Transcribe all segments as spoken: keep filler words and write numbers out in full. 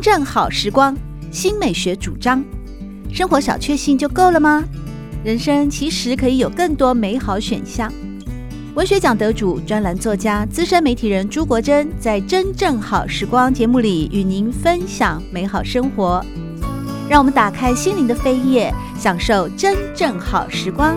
正好时光，新美学主张。生活小确幸就够了吗？人生其实可以有更多美好选项。文学奖得主、专栏作家、资深媒体人朱国珍在《真正好时光》节目里与您分享美好生活。让我们打开心灵的扉页，享受真正好时光。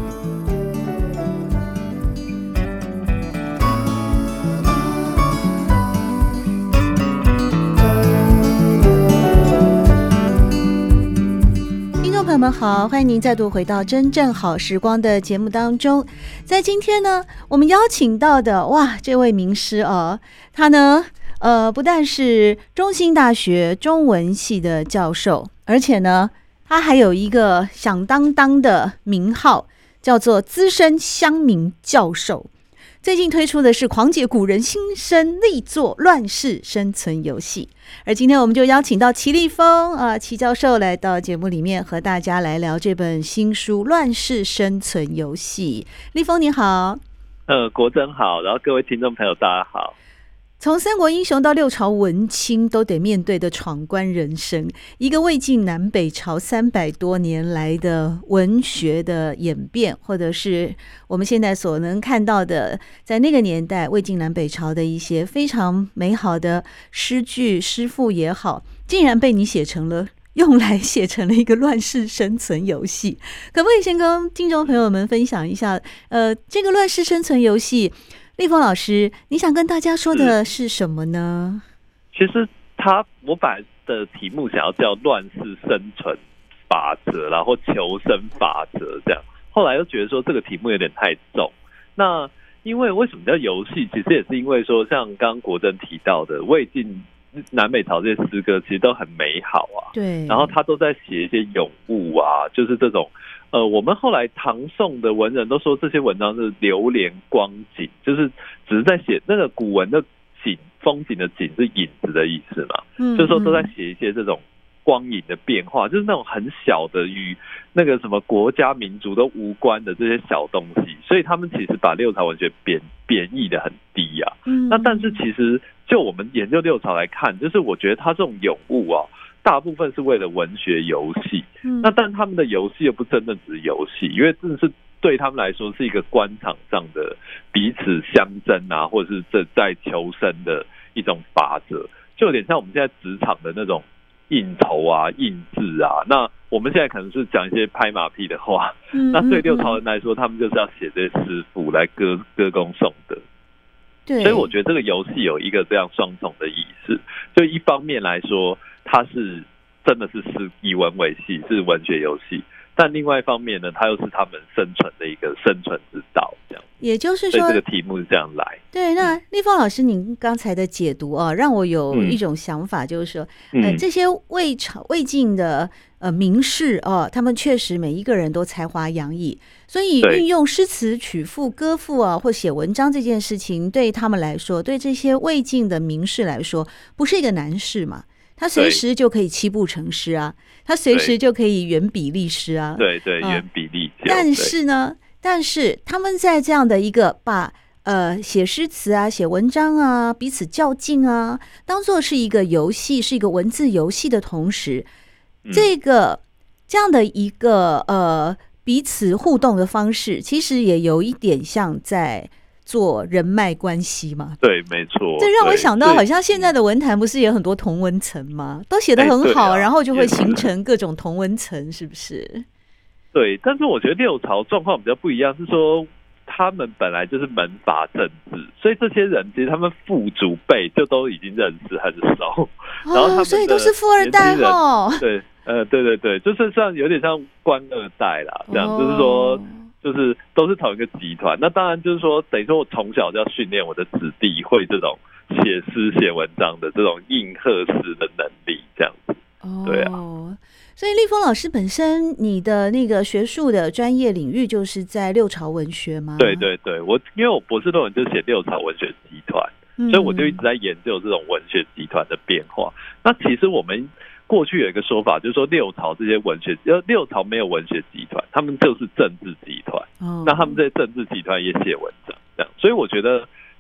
朋友们好，欢迎您再度回到真正好时光的节目当中。在今天呢，我们邀请到的哇，这位名师哦，他呢，呃，不但是中兴大学中文系的教授，而且呢，他还有一个响当当的名号，叫做资深乡民教授。最近推出的是狂解古人心声力作乱世生存游戏，而今天我们就邀请到齐立峰啊，齐教授来到节目里面和大家来聊这本新书《乱世生存游戏》。立峰你好。 呃，国珍好，然后各位听众朋友大家好。 从三国英雄到六朝文青都得面对的闯关人生，一个魏晋南北朝三百多年来的文学的演变，或者是我们现在所能看到的在那个年代魏晋南北朝的一些非常美好的诗句诗赋也好，竟然被你写成了用来写成了一个乱世生存游戏。可不可以先跟听众朋友们分享一下呃，这个乱世生存游戏立峰老师，你想跟大家说的是什么呢？ 其实他我把的题目想要叫乱世生存法则，然后求生法则这样，后来又觉得说这个题目有点太重。那因为为什么叫游戏？其实也是因为说，像刚刚国珍提到的魏晋南北朝这些诗歌其实都很美好啊， 对， 然后他都在写一些咏物啊，就是这种呃，我们后来唐宋的文人都说这些文章是流连光景，就是只是在写那个古文的景，风景的景是影子的意思嘛，嗯，就是说都在写一些这种光影的变化，就是那种很小的与那个什么国家民族都无关的这些小东西，所以他们其实把六朝文学贬贬义的很低啊。嗯，那但是其实就我们研究六朝来看，就是我觉得他这种咏物啊，大部分是为了文学游戏，嗯，那但他们的游戏又不真的只是游戏，因为真的是对他们来说是一个官场上的彼此相争啊，或者是这在求生的一种法则，就有点像我们现在职场的那种应酬啊、应制啊。那我们现在可能是讲一些拍马屁的话，嗯嗯嗯，那对六朝人来说，他们就是要写这些诗赋来歌歌功颂德。对，所以我觉得这个游戏有一个这样双重的意思，就一方面来说，它是真的是是以文为戏，是文学游戏，但另外一方面呢，它又是他们生存的一个生存之道，这样。也就是说，所以这个题目是这样来。 对，那立峰老师，您刚才的解读啊，让我有一种想法，就是说，嗯、呃，这些魏朝魏晋的呃名士哦、呃，他们确实每一个人都才华洋溢，所以运用诗词曲赋歌赋啊，或写文章这件事情，对他们来说，对这些魏晋的名士来说，不是一个难事嘛。他随时就可以七步成诗啊，他随时就可以原笔立诗啊。 对对，原笔立就。 但是呢，但是他们在这样的一个把呃写诗词啊、写文章啊、彼此较劲啊，当作是一个游戏，是一个文字游戏的同时，嗯、这个这样的一个呃彼此互动的方式，其实也有一点像在做人脉关系嘛。 对，没错。 这让我想到，好像现在的文坛不是也有很多同文层吗？都写得很好，啊、然后就会形成各种同文层，是不是？ 对，但是我觉得六朝状况比较不一样，是说他们本来就是门阀政治，所以这些人其实他们父祖辈就都已经认识很熟，然后他们、 哦、所以都是富二代哦。 对，呃，对对对，就是像有点像官二代啦，这样、哦、就是说。就是都是同一个集团，那当然就是说，等于说我从小就要训练我的子弟会这种写诗写文章的这种应和诗的能力，这样子。哦，对啊。 所以立峰老师本身，你的那个学术的专业领域就是在六朝文学吗？ 对对对，我因为我博士论文就写六朝文学集团，嗯、所以我就一直在研究这种文学集团的变化。那其实我们过去有一个说法，就是说六朝这些文学，六朝没有文学集团，他们就是政治集团。哦、那他们这些政治集团也写文章，这样。所以我觉得，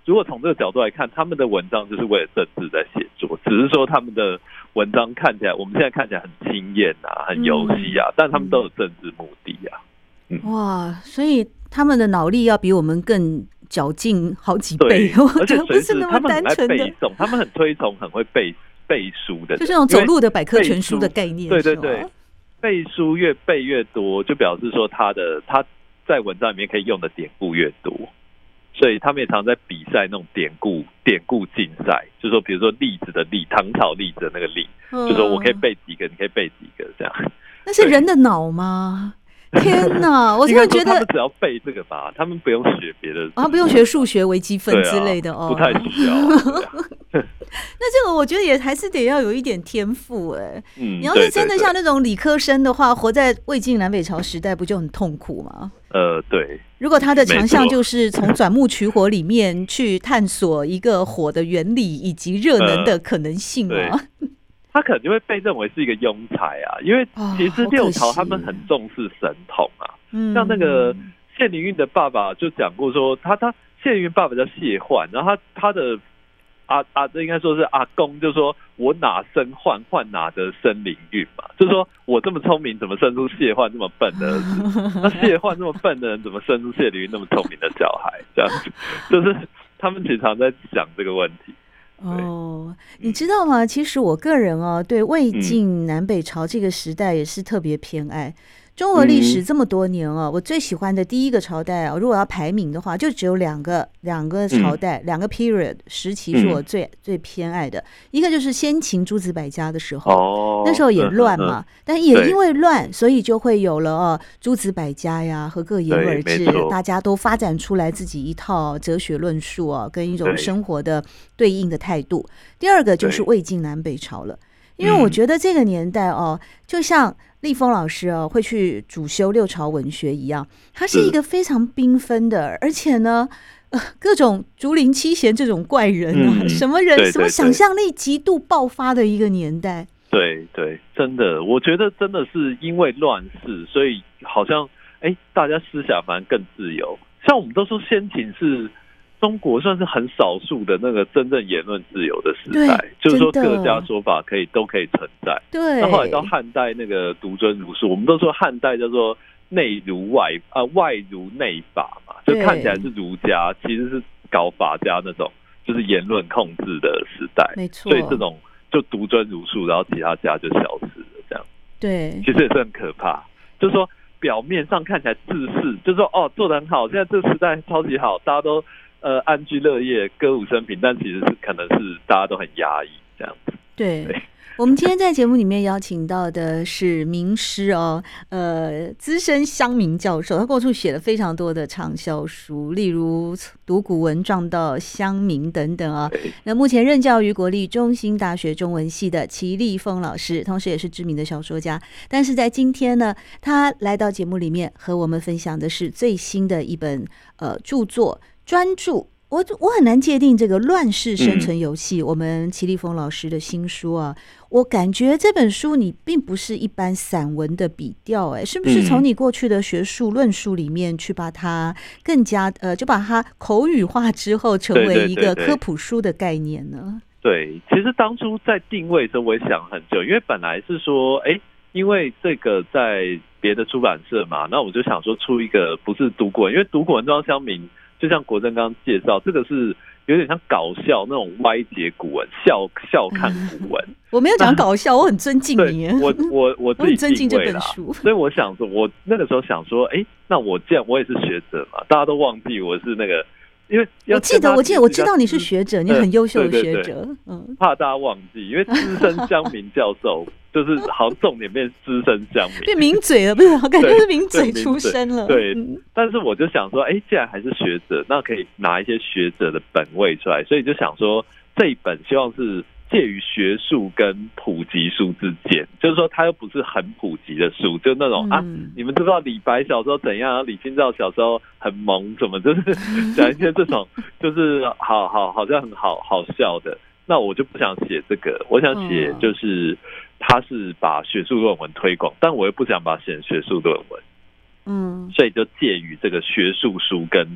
如果从这个角度来看，他们的文章就是为了政治在写作，只是说他们的文章看起来，我们现在看起来很惊艳啊，很游戏啊，嗯、但他们都有政治目的啊。嗯、 哇，所以他们的脑力要比我们更绞尽好几倍， 而且不是那么单纯的。他们很推崇很会背背书的， 就是那种走路的百科全书的概念。 对对对，背书越背越多，就表示说他的他在文章里面可以用的典故越多。所以他们也常在比赛那种典故典故竞赛，就是说比如说栗子的栗，唐朝栗子的那个栗，嗯、就是说我可以背几个，你可以背几个这样。 那是人的脑吗？天哪！我真的觉得他们只要背这个吧，他们不用学别的啊，不用学数学、微积分之类的哦， 不太需要。 那这个我觉得也还是得要有一点天赋哎、欸。嗯，你要是真的像那种理科生的话，活在魏晋南北朝时代，不就很痛苦吗？ 呃，对。 如果他的强项就是从钻木取火里面去探索一个火的原理以及热能的可能性啊。呃他可能就会被认为是一个庸才啊，因为其实六朝他们很重视神统啊，哦、像那个谢灵运的爸爸就讲过说，他他谢灵运爸爸叫谢焕，然后他他的阿阿这应该说是阿公，就说我哪生焕，焕哪得生灵运嘛，就是说我这么聪明，怎么生出谢焕这么笨的儿子？那谢焕这么笨的人，怎么生出谢灵运那么聪明的小孩？这样子，就是他们经常在想这个问题。 哦，你知道吗？其实我个人哦，对魏晋南北朝这个时代也是特别偏爱。中国历史这么多年哦，我最喜欢的第一个朝代啊，如果要排名的话，就只有两个两个朝代、嗯、两个 period 时期是我最、嗯、最偏爱的。一个就是先秦诸子百家的时候，哦、那时候也乱嘛，嗯嗯、但也因为乱，所以就会有了哦诸子百家呀，合各言而治，大家都发展出来自己一套哲学论述啊，跟一种生活的对应的态度。第二个就是魏晋南北朝了。因为我觉得这个年代哦，就像立峰老师哦会去主修六朝文学一样，它是一个非常缤纷的，而且呢，呃，各种竹林七贤这种怪人啊，嗯、什么人对对对什么想象力极度爆发的一个年代。 对对，真的，我觉得真的是因为乱世，所以好像哎，大家思想反而更自由。像我们都说先秦是中国算是很少数的那个真正言论自由的时代，就是说各家说法可以都可以存在。 对， 那后来到汉代那个独尊儒术，我们都说汉代叫做内儒外啊、呃、外儒内法嘛，就看起来是儒家，其实是搞法家那种，就是言论控制的时代。 没错， 所以这种就独尊儒术，然后其他家就消失了，这样。 对， 其实也是很可怕，就是说表面上看起来自恃，就是说哦做得很好，现在这个时代超级好，大家都。呃，安居乐业，歌舞升平，但其实是可能是大家都很压抑这样子。 对，对我们今天在节目里面邀请到的是名师哦，呃，资深乡民教授，他过去写了非常多的畅销书，例如读古文撞到乡民等等啊。那目前任教于国立中兴大学中文系的齐立峰老师，同时也是知名的小说家。但是在今天呢，他来到节目里面和我们分享的是最新的一本呃著作。专注，我我很难界定这个乱世生存游戏。嗯、我们齐立峰老师的新书啊，我感觉这本书你并不是一般散文的笔调，哎，是不是从你过去的学术论述里面去把它更加呃，就把它口语化之后，成为一个科普书的概念呢？ 对，对，其实当初在定位的时候，我也想很久，因为本来是说，哎，因为这个在别的出版社嘛，那我就想说出一个不是读古文，因为读古文撞乡民。就像国珍刚刚介绍，这个是有点像搞笑那种歪解古文，笑笑看古文。 我没有讲搞笑，我很尊敬你。 我我我自己尊敬这本书， 所以我想说，我那个时候想说，哎，那我既然我也是学者嘛，大家都忘记我是那个，因为我记得我记得我知道你是学者，你很优秀的学者， 对对对嗯，怕大家忘记，因为资深乡民教授。就是好像重点变资深乡民， 变名嘴了，不是？我感觉是名嘴出身了。 对，对嗯、但是我就想说，哎、欸，既然还是学者，那可以拿一些学者的本位出来，所以就想说这一本希望是介于学术跟普及书之间，就是说它又不是很普及的书，就那种、嗯、啊，你们知道李白小时候怎样，李清照小时候很萌，什么就是讲一些这种，就是好好好像很好好笑的。那我就不想写这个，我想写就是他是把学术论文推广，但我又不想把它写成学术论文，嗯，所以就介于这个学术书跟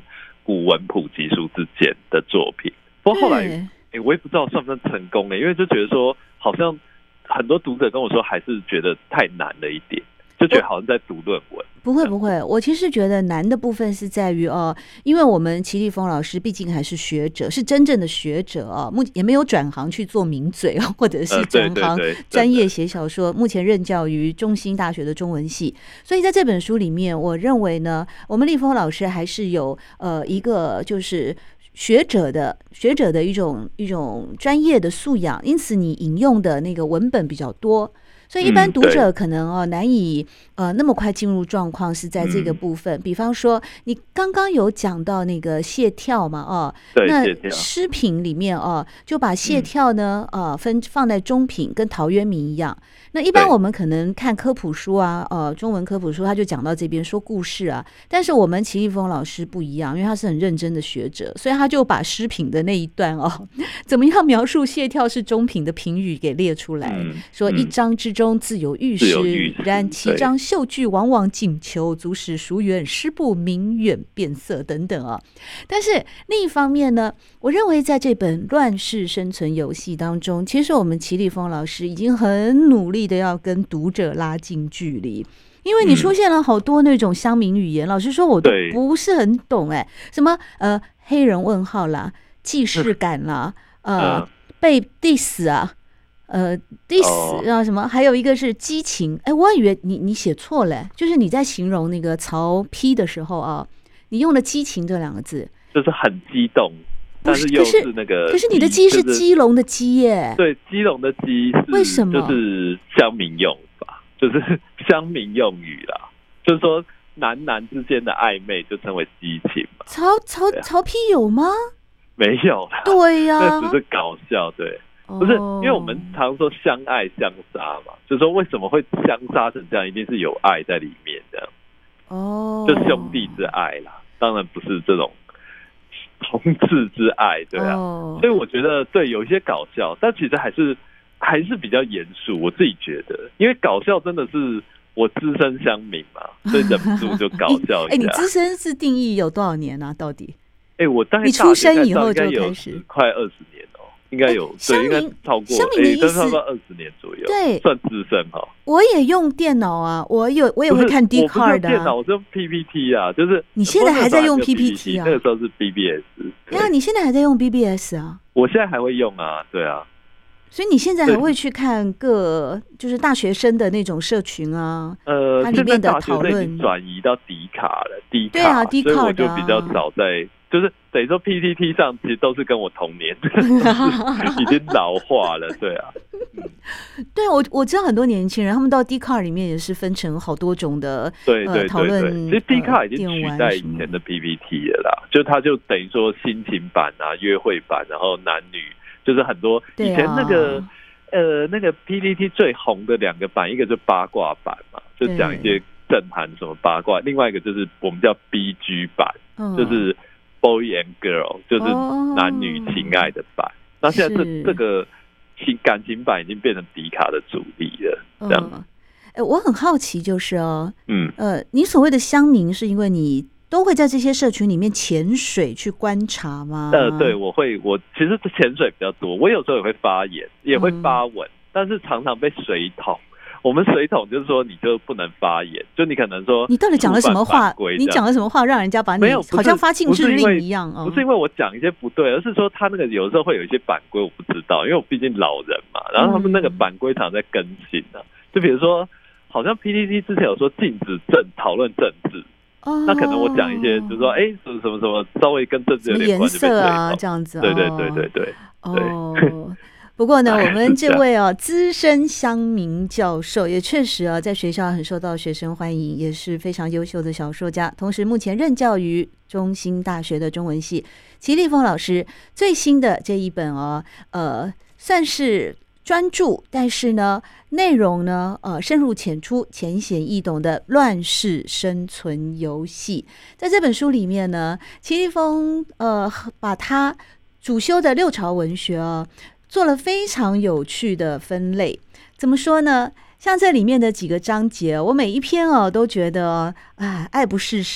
古文普及书之间的作品。不过后来，欸、我也不知道算不算成功呢、欸，因为就觉得说，好像很多读者跟我说，还是觉得太难了一点，就觉得好像在读论文。 不会不会，我其实觉得难的部分是在于哦，因为我们齐立峰老师毕竟还是学者，是真正的学者哦，目也没有转行去做名嘴哦，或者是转行专业写小说。目前任教于中兴大学的中文系，所以在这本书里面，我认为呢，我们立峰老师还是有呃一个就是学者的学者的一种一种专业的素养，因此你引用的那个文本比较多。所以一般读者可能哦难以呃那么快进入状况，是在这个部分。嗯、比方说，你刚刚有讲到那个蟹跳嘛，哦，那诗品里面哦就把蟹跳呢呃分放在中品，跟陶渊明一样。那一般我们可能看科普书啊，呃，中文科普书，他就讲到这边说故事啊。但是我们齐立峰老师不一样，因为他是很认真的学者，所以他就把诗品的那一段哦，怎么样描述蟹跳是中品的评语给列出来，嗯、说一章之中自有玉诗，然其章秀句往往仅求足使熟远，诗不明远变色等等啊。但是另一方面呢，我认为在这本《乱世生存游戏》当中，其实我们齐立峰老师已经很努力的要跟读者拉近距离，因为你出现了好多那种乡民语言，嗯、老实说我都不是很懂哎、欸，什么呃黑人问号啦，既视感啦，呃、嗯、被 diss 啊。呃 ，diss 啊什么，还有一个是激情，哎，我以为你你写错了，就是你在形容那个曹丕的时候啊，你用了激情这两个字， 就是很激动，但是又是那个， 可是你的鸡是基隆的鸡耶， 对，基隆的鸡是为什么？ 就是乡民用法，就是乡民用语啦，就是说男男之间的暧昧就称为激情嘛。 曹曹曹丕有吗？ 没有啦， 对呀、啊， 那只是搞笑，对。不是，因为我们常说相爱相杀嘛，就是说为什么会相杀成这样，一定是有爱在里面的，哦，就兄弟之爱啦，当然不是这种同志之爱，对啊，哦、所以我觉得对有一些搞笑，但其实还是还是比较严肃，我自己觉得，因为搞笑真的是我资深乡民嘛，所以忍不住就搞笑一下。 哎，你资深是定义有多少年啊？到底？ 哎，我大概你出生以后就开始， 快二十年。应该有，对，应该超过， 乡民的意思， 差不多二十年左右， 对， 算资深哈。 我也用电脑啊，我有，我也会看 D card 的、啊。 电脑我是用 P P T 啊，就是你现在还在用 P P T 啊？ 那个时候是 B B S。 呀，你现在还在用 B B S 啊？ 我现在还会用啊，对啊。 所以你现在还会去看各就是大学生的那种社群啊？呃，它里面的讨论转移到迪卡了，迪卡， 对啊，迪卡、啊， 所以我就比较少在。就是等于说 P T T 上其实都是跟我同年已经老化了，对啊。嗯、 对，我我知道很多年轻人，他们到 Dcard 里面也是分成好多种的对对对对、呃、 讨论。 其实 Dcard 已经取代以前的 P P T 了啦，就它就等于说心情版啊、约会版，然后男女就是很多以前那个、啊、呃那个 P T T 最红的两个版，一个就八卦版嘛，就讲一些震撼什么八卦，另外一个就是我们叫 B G 版，嗯、就是。Boy and girl 就是男女情爱的版，哦、那现在这这个情感情版已经变成迪卡的主力了，这样。 嗯欸、我很好奇，就是哦，嗯，呃，你所谓的乡民，是因为你都会在这些社群里面潜水去观察吗？ 呃，对，我会，我其实潜水比较多，我有时候也会发言，也会发文，嗯、但是常常被水桶。我们水桶就是说，你就不能发言，就你可能说， 你到底讲了什么话？你讲了什么话，让人家把你好像发禁制令一样？ 不是因为我讲一些不对，而是说他那个有时候会有一些版规我不知道，因为我毕竟老人嘛，然后他们那个版规常在更新啊。就比如说，好像 P T T 之前有说禁止政讨论政治，哦、那可能我讲一些，就是说，哎、欸，什么什么什么，稍微跟政治有点关系， 颜色啊，这样子。 对对对对对。 哦。不过呢，我们这位哦资深乡民教授也确实啊，在学校很受到学生欢迎，也是非常优秀的小说家。同时，目前任教于中兴大学的中文系。齐立峰老师最新的这一本哦，呃，算是专注，但是呢，内容呢，呃，深入浅出、浅显易懂的乱世生存游戏。在这本书里面呢，齐立峰呃，把他主修的六朝文学啊。做了非常有趣的分类，怎么说呢？像这里面的几个章节，我每一篇哦都觉得啊爱不释手。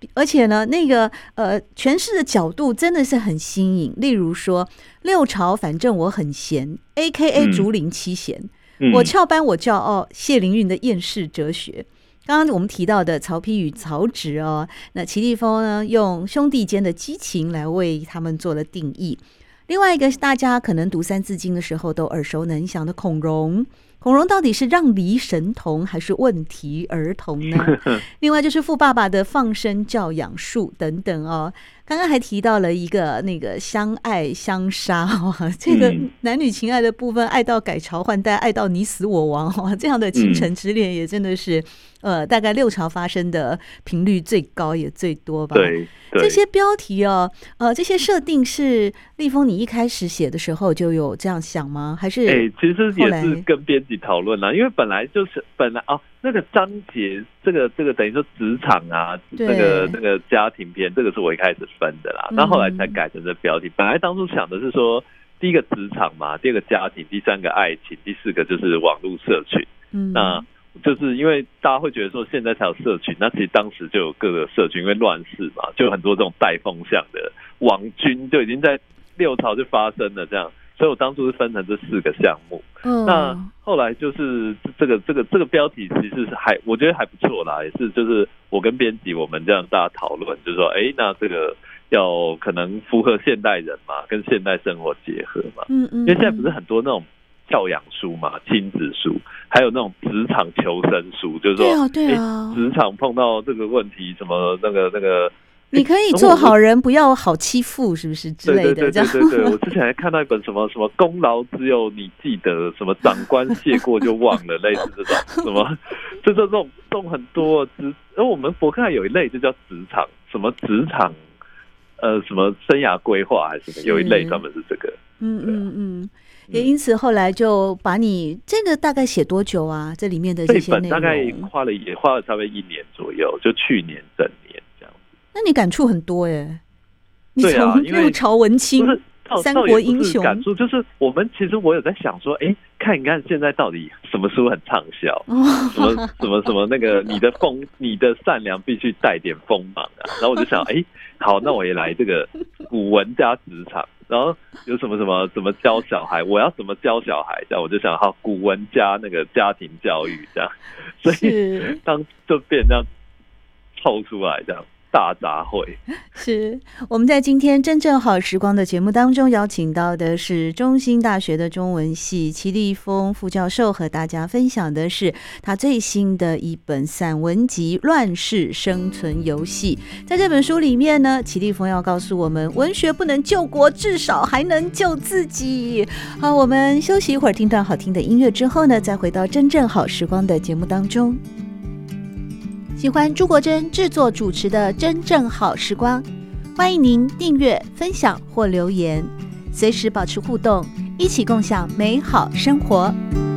而且呢，那个呃诠释的角度真的是很新颖。例如说，六朝反正我很闲 ，A K A 竹林七贤，嗯、我翘班我骄傲，谢灵运的厌世哲学。刚刚我们提到的曹丕与曹植哦，那齐厉风呢用兄弟间的激情来为他们做了定义。另外一个是大家可能读三字经的时候都耳熟能详的孔融，孔融到底是让梨神童还是问题儿童呢？另外就是富爸爸的放生教养术等等哦。刚刚还提到了一个那个相爱相杀哦，这个男女情爱的部分，爱到改朝换代，爱到你死我亡哦，这样的倾城之恋也真的是呃，大概六朝发生的频率最高也最多吧。 对， 这些标题哦，呃，这些设定是立峰你一开始写的时候就有这样想吗？还是？哎、 欸，其实也是跟编辑讨论啦，因为本来就是本来哦，那个章节，这个这个等于说职场啊，那个那个家庭篇，这个是我一开始分的啦，那、嗯、后来才改成这标题。本来当初想的是说，第一个职场嘛，第二个家庭，第三个爱情，第四个就是网络社群。嗯，那就是因为大家会觉得说现在才有社群，那其实当时就有各个社群，因为乱世嘛，就有很多这种带风向的网军就已经在六朝就发生了这样。所以我当初是分成这四个项目，嗯，那后来就是这个这个这个标题其实是还我觉得还不错啦，也是就是我跟编辑我们这样大家讨论，就是说，哎、欸，那这个要可能符合现代人嘛，跟现代生活结合嘛，嗯嗯，因为现在不是很多那种教养书嘛，亲子书，还有那种职场求生书，就是说， 对啊对啊， 职、欸、场碰到这个问题，什么那个那个。 你可以做好人，不要好欺负，是不是之类的？ 对对对对 对, 對，我之前还看到一本什么什么功劳只有你记得，什么长官谢过就忘了，类似这种什么，就这种这种很多职，而我们博客有一类就叫职场，什么职场，呃，什么生涯规划还是什么，有一类专门是这个。 嗯嗯嗯，也因此后来就把你这个大概写多久啊？这里面的这些内容大概花了也花了差不多一年左右，就去年整年。 那你感触很多耶，你从六朝文青、三国英雄， 感触就是我们其实我有在想说，哎、欸，看一看现在到底什么书很畅销，哦、什么什么什么那个你的风你的善良必须带点锋芒啊，然后我就想，哎、欸，好，那我也来这个古文加职场，然后有什么什么怎么教小孩，我要怎么教小孩，这样我就想，好，古文加那个家庭教育这样，所以当就变这样凑出来这样。大杂烩是我们在今天真正好时光的节目当中邀请到的是中兴大学的中文系齐厉峰副教授，和大家分享的是他最新的一本散文集《乱世生存游戏》。在这本书里面呢，齐厉峰要告诉我们，文学不能救国，至少还能救自己。好，我们休息一会儿，听段好听的音乐之后呢，再回到真正好时光的节目当中。喜欢朱国珍制作主持的《真正好时光》，欢迎您订阅、分享或留言，随时保持互动，一起共享美好生活。